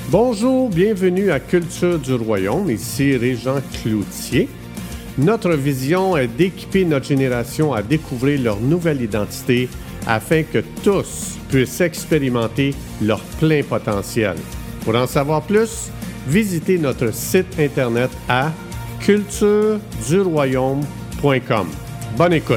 Bonjour, bienvenue à Culture du Royaume, ici Régent Cloutier. Notre vision est d'équiper notre génération à découvrir leur nouvelle identité afin que tous puissent expérimenter leur plein potentiel. Pour en savoir plus, visitez notre site internet à cultureduroyaume.com. Bonne écoute!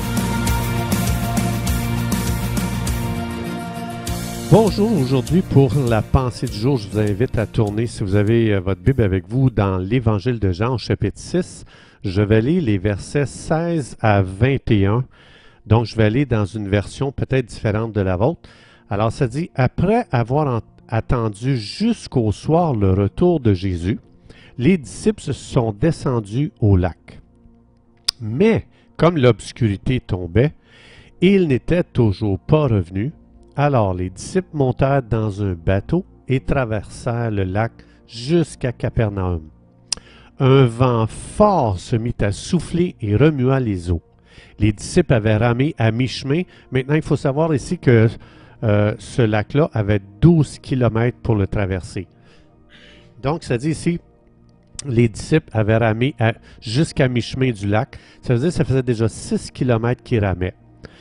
Bonjour, aujourd'hui pour la pensée du jour, je vous invite à tourner, si vous avez votre Bible avec vous, dans l'Évangile de Jean, chapitre 6. Je vais lire les versets 16 à 21. Donc, je vais aller dans une version peut-être différente de la vôtre. Alors, ça dit, après avoir attendu jusqu'au soir le retour de Jésus, les disciples se sont descendus au lac. Mais, comme l'obscurité tombait, ils n'étaient toujours pas revenus. Alors les disciples montèrent dans un bateau et traversèrent le lac jusqu'à Capernaum. Un vent fort se mit à souffler et remua les eaux. Les disciples avaient ramé à mi-chemin. Maintenant, il faut savoir ici que ce lac-là avait 12 kilomètres pour le traverser. Donc, ça dit ici, les disciples avaient ramé jusqu'à mi-chemin du lac. Ça veut dire que ça faisait déjà 6 kilomètres qu'ils ramaient.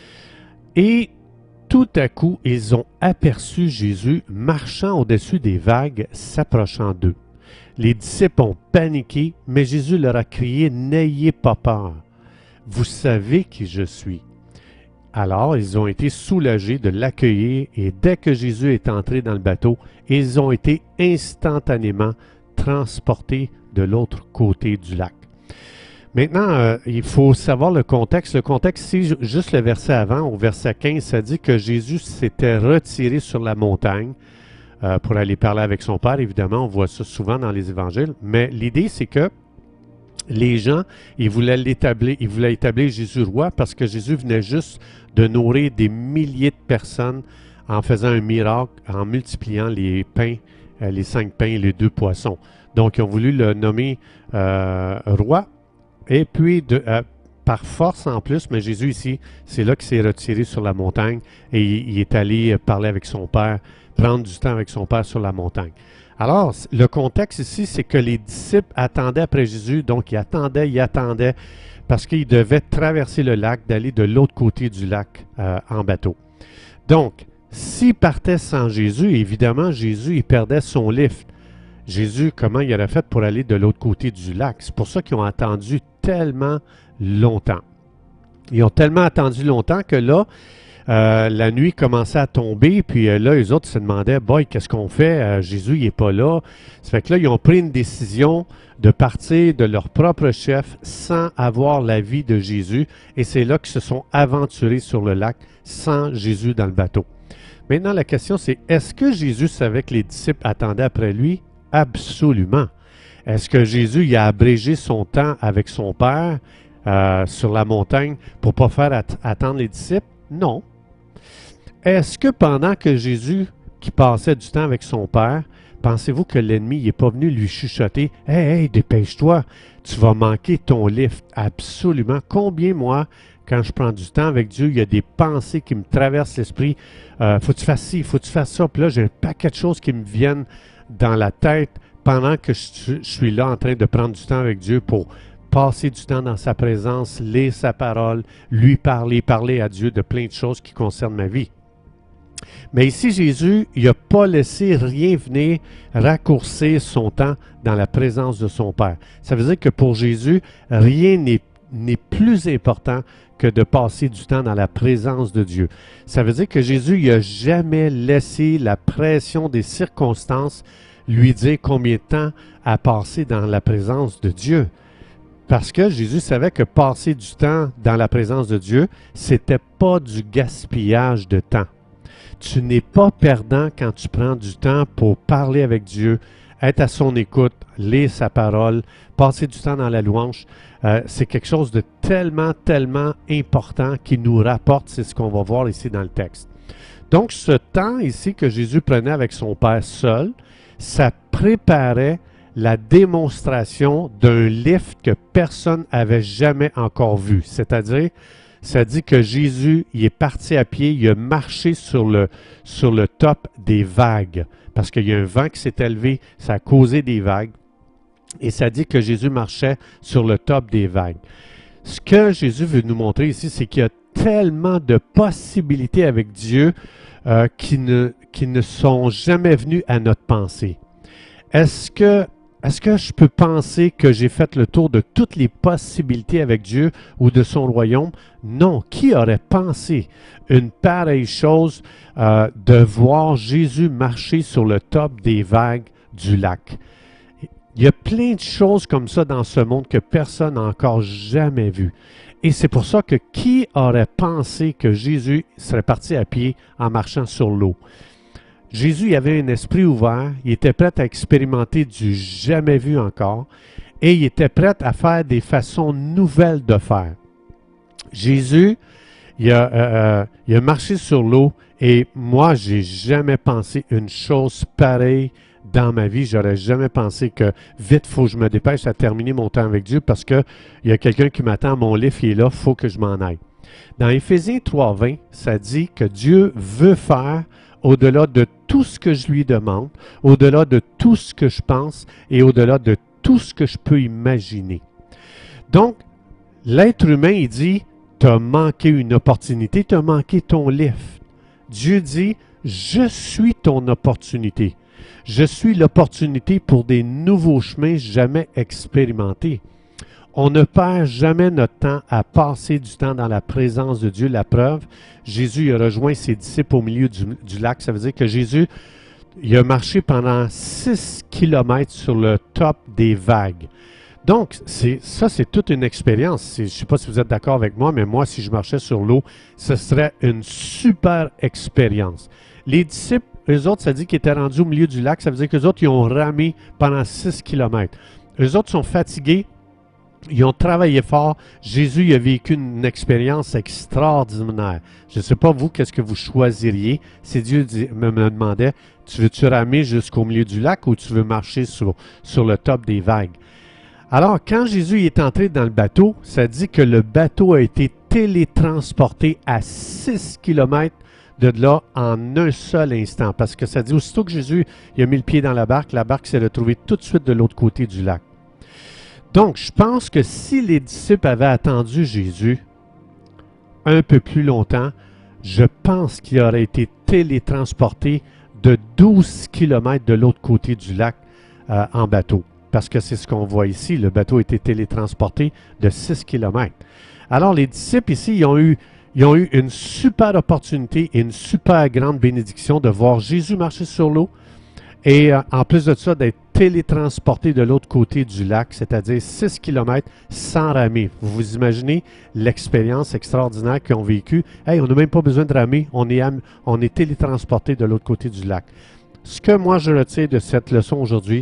Et tout à coup, ils ont aperçu Jésus marchant au-dessus des vagues, s'approchant d'eux. Les disciples ont paniqué, mais Jésus leur a crié « N'ayez pas peur, vous savez qui je suis ». Alors, ils ont été soulagés de l'accueillir et dès que Jésus est entré dans le bateau, ils ont été instantanément transportés de l'autre côté du lac. Maintenant, il faut savoir le contexte. Le contexte, ici, juste le verset avant, au verset 15, ça dit que Jésus s'était retiré sur la montagne pour aller parler avec son Père. Évidemment, on voit ça souvent dans les évangiles. Mais l'idée, c'est que les gens, ils voulaient établir Jésus roi parce que Jésus venait juste de nourrir des milliers de personnes en faisant un miracle, en multipliant les pains, les 5 pains et les 2 poissons. Donc, ils ont voulu le nommer roi. Et puis, par force en plus, mais Jésus ici, c'est là qu'il s'est retiré sur la montagne et il est allé parler avec son Père, prendre du temps avec son Père sur la montagne. Alors, le contexte ici, c'est que les disciples attendaient après Jésus, donc ils attendaient, parce qu'ils devaient traverser le lac, d'aller de l'autre côté du lac en bateau. Donc, s'ils partaient sans Jésus, évidemment, Jésus, il perdait son lift. Jésus, comment il aurait fait pour aller de l'autre côté du lac? C'est pour ça qu'ils ont attendu tellement longtemps. Ils ont tellement attendu longtemps que là, la nuit commençait à tomber, puis là, eux autres se demandaient, « Boy, qu'est-ce qu'on fait? Jésus, il n'est pas là. » Ça fait que là, ils ont pris une décision de partir de leur propre chef sans avoir l'avis de Jésus, et c'est là qu'ils se sont aventurés sur le lac sans Jésus dans le bateau. Maintenant, la question, c'est, est-ce que Jésus savait que les disciples attendaient après lui? Absolument. Est-ce que Jésus il a abrégé son temps avec son Père sur la montagne pour ne pas faire attendre les disciples? Non. Est-ce que pendant que Jésus, qui passait du temps avec son Père, pensez-vous que l'ennemi n'est pas venu lui chuchoter « Hey, dépêche-toi, tu vas manquer ton lift. » Absolument. Combien, moi, quand je prends du temps avec Dieu, il y a des pensées qui me traversent l'esprit. Faut que tu fasses ci, faut que tu fasses ça. Puis là, j'ai un paquet de choses qui me viennent dans la tête pendant que je suis là en train de prendre du temps avec Dieu pour passer du temps dans sa présence, lire sa parole, lui parler à Dieu de plein de choses qui concernent ma vie. Mais ici, Jésus, il n'a pas laissé rien venir raccourcir son temps dans la présence de son Père. Ça veut dire que pour Jésus, rien n'est plus important que de passer du temps dans la présence de Dieu. Ça veut dire que Jésus n'a jamais laissé la pression des circonstances lui dire combien de temps à passer dans la présence de Dieu. Parce que Jésus savait que passer du temps dans la présence de Dieu, c'était pas du gaspillage de temps. Tu n'es pas perdant quand tu prends du temps pour parler avec Dieu, être à son écoute, lire sa parole, passer du temps dans la louange. C'est quelque chose de tellement, tellement important qui nous rapporte, c'est ce qu'on va voir ici dans le texte. Donc, ce temps ici que Jésus prenait avec son Père seul, ça préparait la démonstration d'un lift que personne n'avait jamais encore vu. C'est-à-dire, ça dit que Jésus, il est parti à pied, il a marché sur le top des vagues, parce qu'il y a un vent qui s'est élevé, ça a causé des vagues, et ça dit que Jésus marchait sur le top des vagues. Ce que Jésus veut nous montrer ici, c'est qu'il y a tellement de possibilités avec Dieu qui ne sont jamais venues à notre pensée. Est-ce que je peux penser que j'ai fait le tour de toutes les possibilités avec Dieu ou de son royaume? Non. Qui aurait pensé une pareille chose de voir Jésus marcher sur le top des vagues du lac? Il y a plein de choses comme ça dans ce monde que personne n'a encore jamais vues. Et c'est pour ça que qui aurait pensé que Jésus serait parti à pied en marchant sur l'eau? Jésus avait un esprit ouvert, il était prêt à expérimenter du jamais vu encore et il était prêt à faire des façons nouvelles de faire. Jésus, il a marché sur l'eau et moi, j'ai jamais pensé une chose pareille dans ma vie. J'aurais jamais pensé que vite, il faut que je me dépêche à terminer mon temps avec Dieu parce qu'il y a quelqu'un qui m'attend, mon livre il est là, il faut que je m'en aille. Dans Éphésiens 3:20, ça dit que Dieu veut faire au-delà de tout ce que je lui demande, au-delà de tout ce que je pense et au-delà de tout ce que je peux imaginer. Donc, l'être humain, il dit, tu as manqué une opportunité, tu as manqué ton lift. Dieu dit, je suis ton opportunité. Je suis l'opportunité pour des nouveaux chemins jamais expérimentés. On ne perd jamais notre temps à passer du temps dans la présence de Dieu. La preuve, Jésus a rejoint ses disciples au milieu du lac. Ça veut dire que Jésus il a marché pendant 6 kilomètres sur le top des vagues. Donc, ça, c'est toute une expérience. Je ne sais pas si vous êtes d'accord avec moi, mais moi, si je marchais sur l'eau, ce serait une super expérience. Les disciples, eux autres, ça dit qu'ils étaient rendus au milieu du lac. Ça veut dire qu'eux autres, ils ont ramé pendant 6 kilomètres. Eux autres sont fatigués. Ils ont travaillé fort. Jésus il a vécu une expérience extraordinaire. Je ne sais pas vous, qu'est-ce que vous choisiriez. Si Dieu me demandait, tu veux-tu ramer jusqu'au milieu du lac ou tu veux marcher sur le top des vagues? Alors, quand Jésus est entré dans le bateau, ça dit que le bateau a été télétransporté à 6 kilomètres de là en un seul instant. Parce que ça dit, aussitôt que Jésus il a mis le pied dans la barque s'est retrouvée tout de suite de l'autre côté du lac. Donc, je pense que si les disciples avaient attendu Jésus un peu plus longtemps, je pense qu'il aurait été télétransporté de 12 kilomètres de l'autre côté du lac en bateau. Parce que c'est ce qu'on voit ici, le bateau a été télétransporté de 6 kilomètres. Alors, les disciples ici, ils ont eu une super opportunité et une super grande bénédiction de voir Jésus marcher sur l'eau et en plus de ça, d'être télétransporté de l'autre côté du lac, c'est-à-dire 6 kilomètres sans ramer. Vous vous imaginez l'expérience extraordinaire qu'ils ont vécue? Hey, on n'a même pas besoin de ramer, on est télétransporté de l'autre côté du lac. Ce que moi je retire de cette leçon aujourd'hui,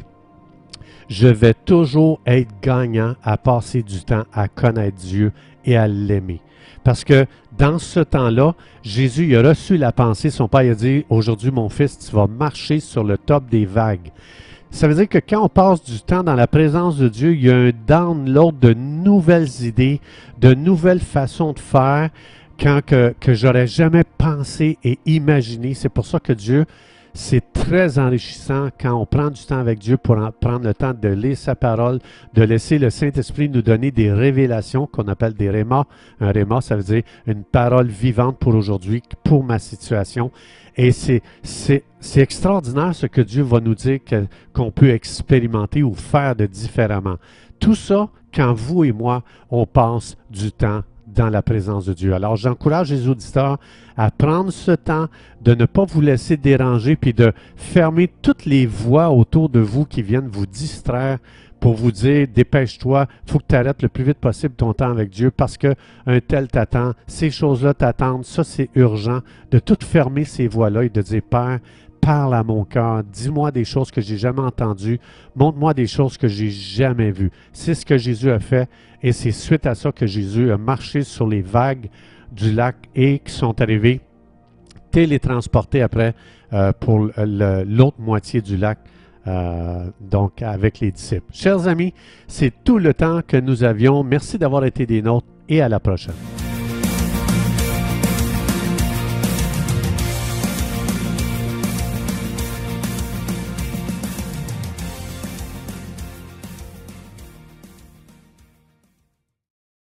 je vais toujours être gagnant à passer du temps à connaître Dieu et à l'aimer. Parce que dans ce temps-là, Jésus il a reçu la pensée, son Père a dit, aujourd'hui mon fils, tu vas marcher sur le top des vagues. Ça veut dire que quand on passe du temps dans la présence de Dieu, il y a un download de nouvelles idées, de nouvelles façons de faire que j'aurais jamais pensé et imaginé. C'est pour ça que Dieu, c'est très enrichissant quand on prend du temps avec Dieu pour prendre le temps de lire sa parole, de laisser le Saint-Esprit nous donner des révélations qu'on appelle des rémas. Un réma, ça veut dire une parole vivante pour aujourd'hui, pour ma situation. Et c'est extraordinaire ce que Dieu va nous dire qu'on peut expérimenter ou faire de différemment. Tout ça, quand vous et moi, on passe du temps dans la présence de Dieu. Alors, j'encourage les auditeurs à prendre ce temps de ne pas vous laisser déranger puis de fermer toutes les voix autour de vous qui viennent vous distraire pour vous dire, dépêche-toi, il faut que tu arrêtes le plus vite possible ton temps avec Dieu parce qu'un tel t'attend, ces choses-là t'attendent, ça c'est urgent, de tout fermer ces voix-là et de dire, Père, parle à mon cœur, dis-moi des choses que j'ai jamais entendues, montre-moi des choses que j'ai jamais vues. C'est ce que Jésus a fait et c'est suite à ça que Jésus a marché sur les vagues du lac et qui sont arrivés télétransportés après pour l'autre moitié du lac. Donc avec les disciples. Chers amis, c'est tout le temps que nous avions. Merci d'avoir été des nôtres et à la prochaine.